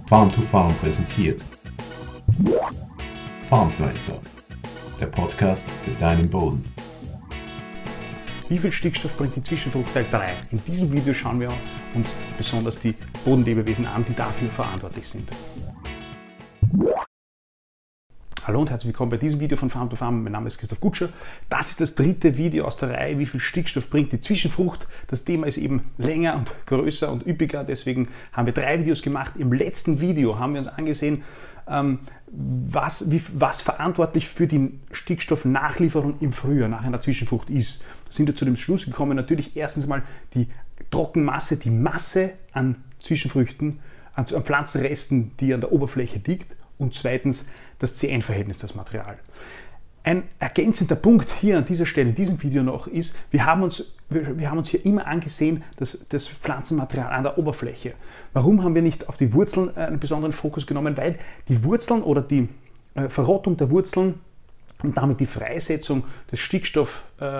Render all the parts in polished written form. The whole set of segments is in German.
Farm to Farm präsentiert. Farmfluencer, der Podcast für deinen Boden. Wie viel Stickstoff bringt die Zwischenfrucht Teil 3? In diesem Video schauen wir uns besonders die Bodenlebewesen an, die dafür verantwortlich sind. Hallo und herzlich willkommen bei diesem Video von Farm to Farm. Mein Name ist Christoph Gutscher. Das ist das dritte Video aus der Reihe, wie viel Stickstoff bringt die Zwischenfrucht. Das Thema ist eben länger und größer und üppiger, deswegen haben wir 3 Videos gemacht. Im letzten Video haben wir uns angesehen, was verantwortlich für die Stickstoffnachlieferung im Frühjahr nach einer Zwischenfrucht ist. Da sind wir zu dem Schluss gekommen, natürlich erstens mal die Trockenmasse, die Masse an Zwischenfrüchten, an Pflanzenresten, die an der Oberfläche liegt, und zweitens das CN-Verhältnis des Materials. Ein ergänzender Punkt hier an dieser Stelle in diesem Video noch ist, wir haben uns hier immer angesehen, das Pflanzenmaterial an der Oberfläche. Warum haben wir nicht auf die Wurzeln einen besonderen Fokus genommen? Weil die Wurzeln oder die Verrottung der Wurzeln und damit die Freisetzung des Stickstoffs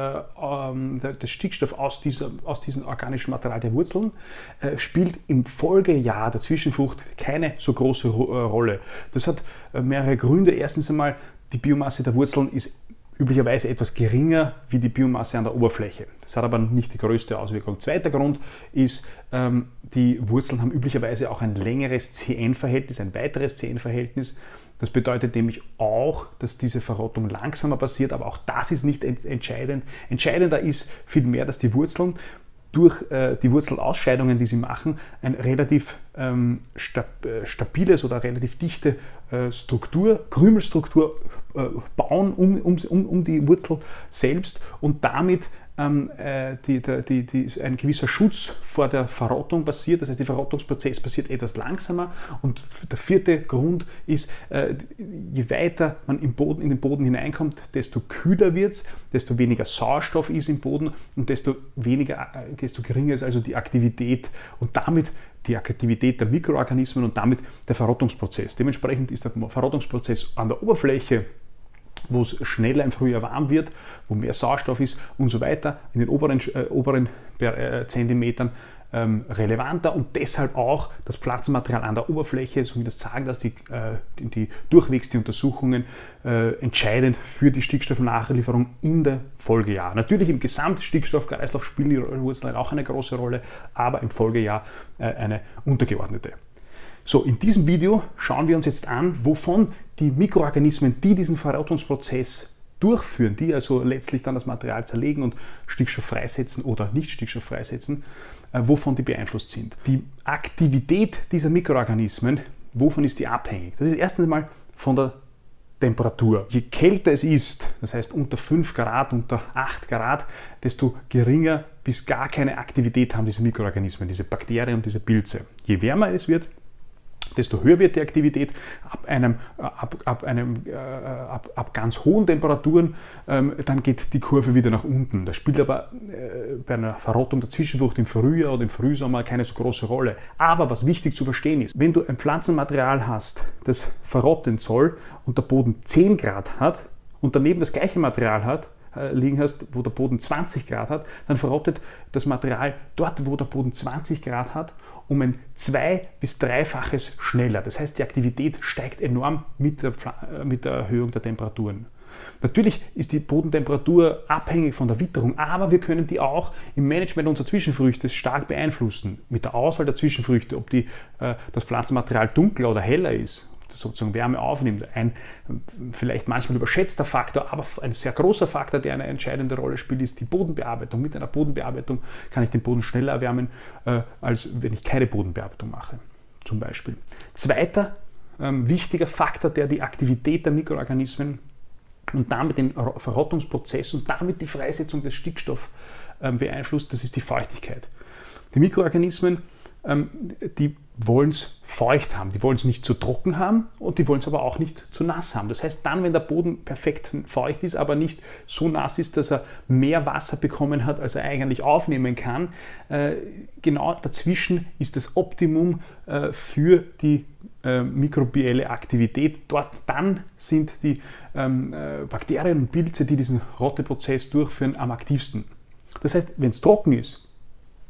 aus diesem organischen Material der Wurzeln spielt im Folgejahr der Zwischenfrucht keine so große Rolle. Das hat mehrere Gründe. Erstens einmal, die Biomasse der Wurzeln ist üblicherweise etwas geringer wie die Biomasse an der Oberfläche. Das hat aber nicht die größte Auswirkung. Zweiter Grund ist, die Wurzeln haben üblicherweise auch ein längeres CN-Verhältnis, ein weiteres CN-Verhältnis. Das bedeutet nämlich auch, dass diese Verrottung langsamer passiert, aber auch das ist nicht entscheidend. Entscheidender ist vielmehr, dass die Wurzeln durch die Wurzelausscheidungen, die sie machen, ein relativ stabiles oder relativ dichte Krümelstruktur bauen um die Wurzel selbst und damit ein gewisser Schutz vor der Verrottung passiert. Das heißt, der Verrottungsprozess passiert etwas langsamer. Und der vierte Grund ist, je weiter man in den Boden hineinkommt, desto kühler wird es, desto weniger Sauerstoff ist im Boden und desto geringer ist also die Aktivität und damit die Aktivität der Mikroorganismen und damit der Verrottungsprozess. Dementsprechend ist der Verrottungsprozess an der Oberfläche, wo es schneller im Frühjahr warm wird, wo mehr Sauerstoff ist und so weiter, in den oberen Zentimetern relevanter und deshalb auch das Pflanzenmaterial an der Oberfläche, so wie das sagen, dass die durchwegs die Untersuchungen entscheidend für die Stickstoffnachlieferung in der Folgejahr. Natürlich im Gesamtstickstoffkreislauf spielen die Wurzeln auch eine große Rolle, aber im Folgejahr eine untergeordnete. So, in diesem Video schauen wir uns jetzt an, wovon die Mikroorganismen, die diesen Verrottungsprozess durchführen, die also letztlich dann das Material zerlegen und Stickstoff freisetzen oder nicht Stickstoff freisetzen, wovon die beeinflusst sind. Die Aktivität dieser Mikroorganismen, wovon ist die abhängig? Das ist erstens einmal von der Temperatur. Je kälter es ist, das heißt unter 5 Grad, unter 8 Grad, desto geringer bis gar keine Aktivität haben diese Mikroorganismen, diese Bakterien und diese Pilze. Je wärmer es wird, desto höher wird die Aktivität. Ab ganz hohen Temperaturen, dann geht die Kurve wieder nach unten. Das spielt aber bei einer Verrottung der Zwischenfrucht im Frühjahr oder im Frühsommer keine so große Rolle. Aber was wichtig zu verstehen ist, wenn du ein Pflanzenmaterial hast, das verrotten soll und der Boden 10 Grad hat und daneben das gleiche Material liegen hast, wo der Boden 20 Grad hat, dann verrottet das Material dort, wo der Boden 20 Grad hat, um ein 2- bis 3-faches schneller. Das heißt, die Aktivität steigt enorm mit der Erhöhung der Temperaturen. Natürlich ist die Bodentemperatur abhängig von der Witterung, aber wir können die auch im Management unserer Zwischenfrüchte stark beeinflussen. Mit der Auswahl der Zwischenfrüchte, ob das Pflanzenmaterial dunkler oder heller ist, sozusagen Wärme aufnimmt, ein vielleicht manchmal überschätzter Faktor, aber ein sehr großer Faktor, der eine entscheidende Rolle spielt, ist die Bodenbearbeitung. Mit einer Bodenbearbeitung kann ich den Boden schneller erwärmen, als wenn ich keine Bodenbearbeitung mache, zum Beispiel. Zweiter wichtiger Faktor, der die Aktivität der Mikroorganismen und damit den Verrottungsprozess und damit die Freisetzung des Stickstoffs beeinflusst, das ist die Feuchtigkeit. Die Mikroorganismen, die wollen es feucht haben, die wollen es nicht zu trocken haben und die wollen es aber auch nicht zu nass haben. Das heißt, dann, wenn der Boden perfekt feucht ist, aber nicht so nass ist, dass er mehr Wasser bekommen hat, als er eigentlich aufnehmen kann, genau dazwischen ist das Optimum für die mikrobielle Aktivität. Dort dann sind die Bakterien und Pilze, die diesen Rotteprozess durchführen, am aktivsten. Das heißt, wenn es trocken ist,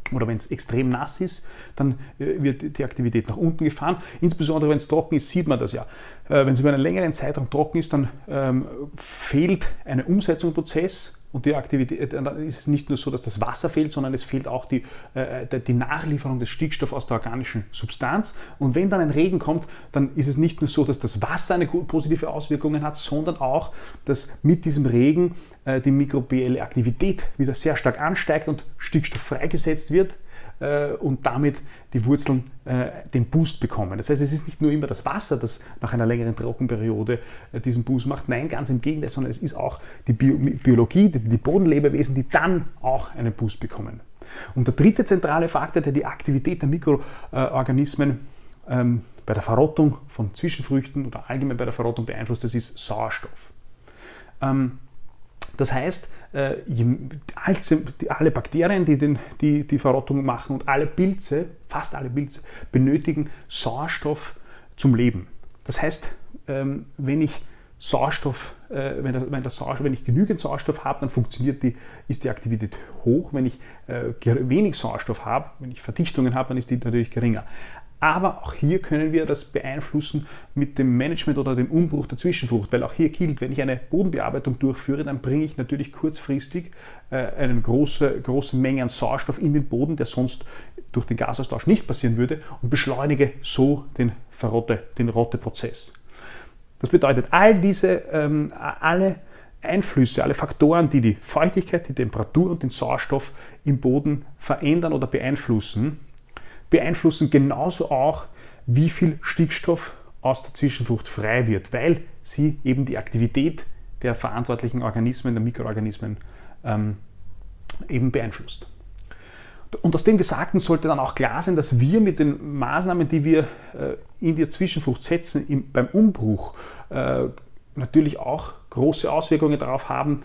oder wenn es extrem nass ist, dann wird die Aktivität nach unten gefahren. Insbesondere wenn es trocken ist, sieht man das ja. Wenn es über einen längeren Zeitraum trocken ist, dann fehlt ein Umsetzungsprozess und die Aktivität, dann ist es nicht nur so, dass das Wasser fehlt, sondern es fehlt auch die Nachlieferung des Stickstoffs aus der organischen Substanz. Und wenn dann ein Regen kommt, dann ist es nicht nur so, dass das Wasser eine positive Auswirkung hat, sondern auch, dass mit diesem Regen die mikrobielle Aktivität wieder sehr stark ansteigt und Stickstoff freigesetzt wird und damit die Wurzeln den Boost bekommen. Das heißt, es ist nicht nur immer das Wasser, das nach einer längeren Trockenperiode diesen Boost macht, nein, ganz im Gegenteil, sondern es ist auch die Biologie, die Bodenlebewesen, die dann auch einen Boost bekommen. Und der dritte zentrale Faktor, der die Aktivität der Mikroorganismen bei der Verrottung von Zwischenfrüchten oder allgemein bei der Verrottung beeinflusst, das ist Sauerstoff. Das heißt, alle Bakterien, die Verrottung machen und alle Pilze, fast alle Pilze, benötigen Sauerstoff zum Leben. Das heißt, wenn ich genügend Sauerstoff habe, dann ist die Aktivität hoch. Wenn ich wenig Sauerstoff habe, wenn ich Verdichtungen habe, dann ist die natürlich geringer. Aber auch hier können wir das beeinflussen mit dem Management oder dem Umbruch der Zwischenfrucht, weil auch hier gilt, wenn ich eine Bodenbearbeitung durchführe, dann bringe ich natürlich kurzfristig eine große Menge an Sauerstoff in den Boden, der sonst durch den Gasaustausch nicht passieren würde, und beschleunige so den Rotteprozess. Das bedeutet, alle Einflüsse, alle Faktoren, die die Feuchtigkeit, die Temperatur und den Sauerstoff im Boden verändern oder beeinflussen genauso auch, wie viel Stickstoff aus der Zwischenfrucht frei wird, weil sie eben die Aktivität der verantwortlichen Organismen, der Mikroorganismen eben beeinflusst. Und aus dem Gesagten sollte dann auch klar sein, dass wir mit den Maßnahmen, die wir in die Zwischenfrucht setzen, beim Umbruch natürlich auch große Auswirkungen darauf haben,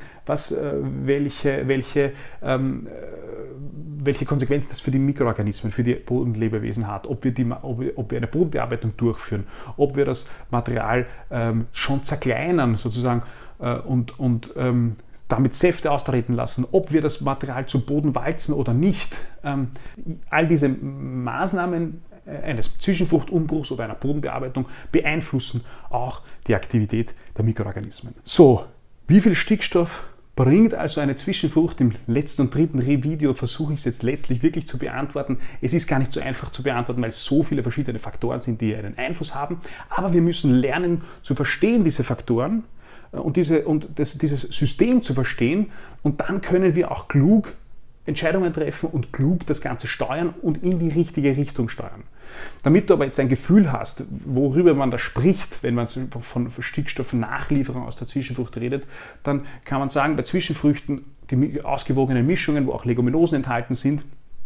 welche Konsequenzen das für die Mikroorganismen, für die Bodenlebewesen hat, ob wir eine Bodenbearbeitung durchführen, ob wir das Material schon zerkleinern sozusagen und damit Säfte austreten lassen, ob wir das Material zu Boden walzen oder nicht. All diese Maßnahmen eines Zwischenfruchtumbruchs oder einer Bodenbearbeitung beeinflussen auch die Aktivität der Mikroorganismen. So, wie viel Stickstoff bringt also eine Zwischenfrucht? Im letzten und dritten Video versuche ich es jetzt letztlich wirklich zu beantworten. Es ist gar nicht so einfach zu beantworten, weil es so viele verschiedene Faktoren sind, die einen Einfluss haben. Aber wir müssen lernen zu verstehen, diese Faktoren und dieses System zu verstehen. Und dann können wir auch klug Entscheidungen treffen und klug das Ganze steuern und in die richtige Richtung steuern. Damit du aber jetzt ein Gefühl hast, worüber man da spricht, wenn man von Stickstoffnachlieferung aus der Zwischenfrucht redet, dann kann man sagen, bei Zwischenfrüchten die ausgewogenen Mischungen, wo auch Leguminosen enthalten sind,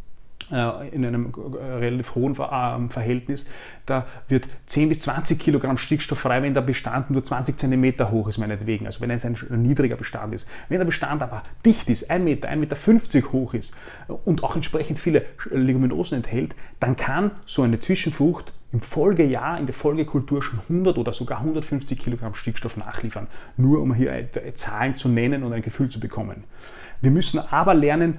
in einem relativ hohen Verhältnis, da wird 10 bis 20 Kilogramm Stickstoff frei, wenn der Bestand nur 20 cm hoch ist, meinetwegen, also wenn es ein niedriger Bestand ist. Wenn der Bestand aber dicht ist, 1 Meter, 1,50 Meter hoch ist und auch entsprechend viele Leguminosen enthält, dann kann so eine Zwischenfrucht im Folgejahr, in der Folgekultur schon 100 oder sogar 150 Kilogramm Stickstoff nachliefern, nur um hier Zahlen zu nennen und ein Gefühl zu bekommen. Wir müssen aber lernen,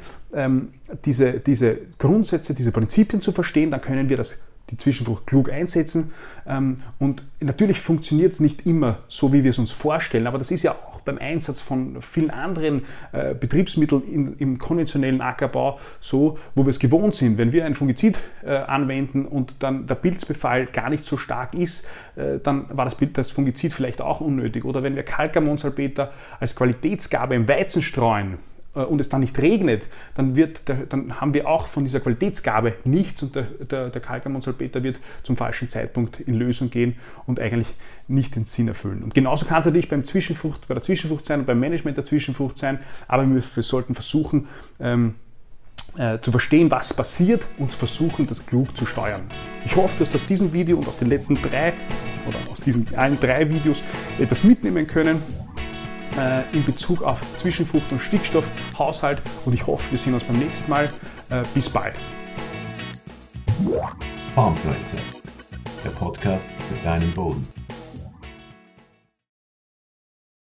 diese Grundsätze, diese Prinzipien zu verstehen, dann können wir die Zwischenfrucht klug einsetzen. Und natürlich funktioniert es nicht immer so, wie wir es uns vorstellen, aber das ist ja auch beim Einsatz von vielen anderen Betriebsmitteln im konventionellen Ackerbau so, wo wir es gewohnt sind. Wenn wir ein Fungizid anwenden und dann der Pilzbefall gar nicht so stark ist, dann war das Fungizid vielleicht auch unnötig. Oder wenn wir Calcamonsalpeter als Qualitätsgabe im Weizen streuen, und es dann nicht regnet, dann haben wir auch von dieser Qualitätsgabe nichts und der Calcamonsalpeter wird zum falschen Zeitpunkt in Lösung gehen und eigentlich nicht den Sinn erfüllen. Und genauso kann es natürlich bei der Zwischenfrucht sein und beim Management der Zwischenfrucht sein, aber wir sollten versuchen zu verstehen, was passiert und zu versuchen, das klug zu steuern. Ich hoffe, du hast aus diesem Video und aus den letzten allen drei Videos etwas mitnehmen können in Bezug auf Zwischenfrucht und Stickstoffhaushalt und ich hoffe, wir sehen uns beim nächsten Mal. Bis bald. Farmfluencer, der Podcast für deinen Boden.